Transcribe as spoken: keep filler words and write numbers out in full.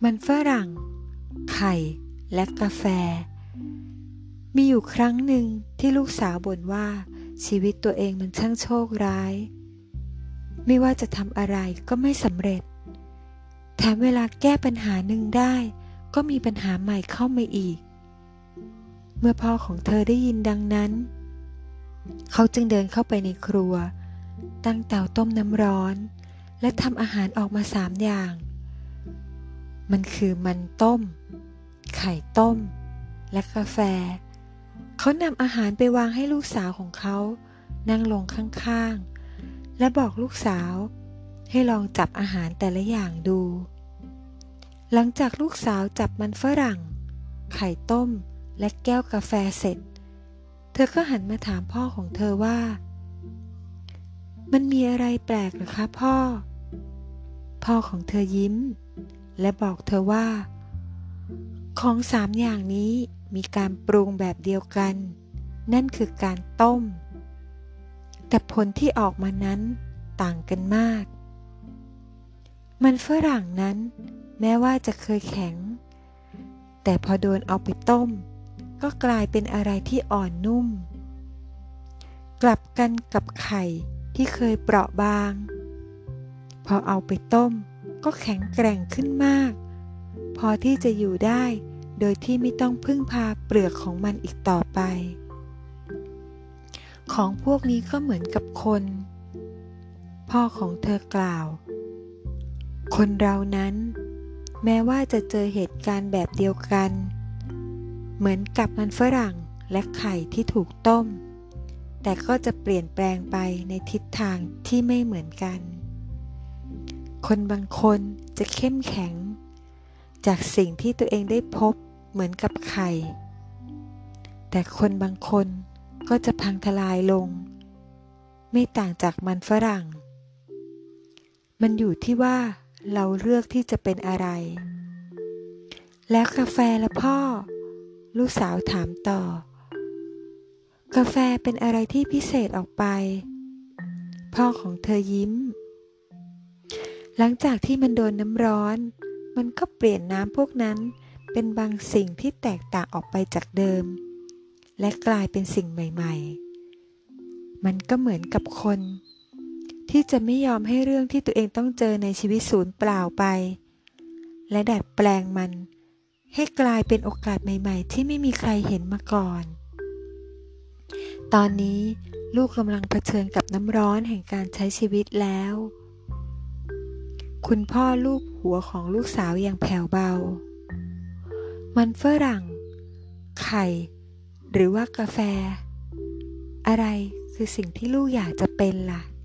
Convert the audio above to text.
มันฝรั่งไข่และกาแฟมีอยู่ครั้งหนึ่งที่ลูกสาวบ่นว่าชีวิตตัวเองมันช่างโชคร้ายไม่ว่าจะทำอะไรก็ไม่สำเร็จแถมเวลาแก้ปัญหาหนึ่งได้ก็มีปัญหาใหม่เข้ามาอีกเมื่อพ่อของเธอได้ยินดังนั้นเขาจึงเดินเข้าไปในครัวตั้งเตาต้มน้ำร้อนและทำอาหารออกมาสามอย่างมันคือมันต้มไข่ต้มและกาแฟเขานำอาหารไปวางให้ลูกสาวของเขานั่งลงข้างๆและบอกลูกสาวให้ลองจับอาหารแต่ละอย่างดูหลังจากลูกสาวจับมันฝรั่งไข่ต้มและแก้วกาแฟเสร็จเธอก็หันมาถามพ่อของเธอว่ามันมีอะไรแปลกหรือคะพ่อพ่อของเธอยิ้มและบอกเธอว่าของสามอย่างนี้มีการปรุงแบบเดียวกันนั่นคือการต้มแต่ผลที่ออกมานั้นต่างกันมากมันฝรั่งนั้นแม้ว่าจะเคยแข็งแต่พอโดนเอาไปต้มก็กลายเป็นอะไรที่อ่อนนุ่มกลับกันกับไข่ที่เคยเปราะบางพอเอาไปต้มก็แข็งแกร่งขึ้นมากพอที่จะอยู่ได้โดยที่ไม่ต้องพึ่งพาเปลือกของมันอีกต่อไปของพวกนี้ก็เหมือนกับคนพ่อของเธอกล่าวคนเรานั้นแม้ว่าจะเจอเหตุการณ์แบบเดียวกันเหมือนกับมันฝรั่งและไข่ที่ถูกต้มแต่ก็จะเปลี่ยนแปลงไปในทิศทางที่ไม่เหมือนกันคนบางคนจะเข้มแข็งจากสิ่งที่ตัวเองได้พบเหมือนกับไข่แต่คนบางคนก็จะพังทลายลงไม่ต่างจากมันฝรั่งมันอยู่ที่ว่าเราเลือกที่จะเป็นอะไรแล้วกาแฟละพ่อลูกสาวถามต่อกาแฟเป็นอะไรที่พิเศษออกไปพ่อของเธอยิ้มหลังจากที่มันโดนน้ำร้อนมันก็เปลี่ยนน้ำพวกนั้นเป็นบางสิ่งที่แตกต่างออกไปจากเดิมและกลายเป็นสิ่งใหม่ๆมันก็เหมือนกับคนที่จะไม่ยอมให้เรื่องที่ตัวเองต้องเจอในชีวิตสูญเปล่าไปและดัดแปลงมันให้กลายเป็นโอกาสใหม่ๆที่ไม่มีใครเห็นมาก่อนตอนนี้ลูกกำลังเผชิญกับน้ำร้อนแห่งการใช้ชีวิตแล้วคุณพ่อลูบหัวของลูกสาวอย่างแผ่วเบามันฝรั่งไข่หรือว่ากาแฟอะไรคือสิ่งที่ลูกอยากจะเป็นล่ะ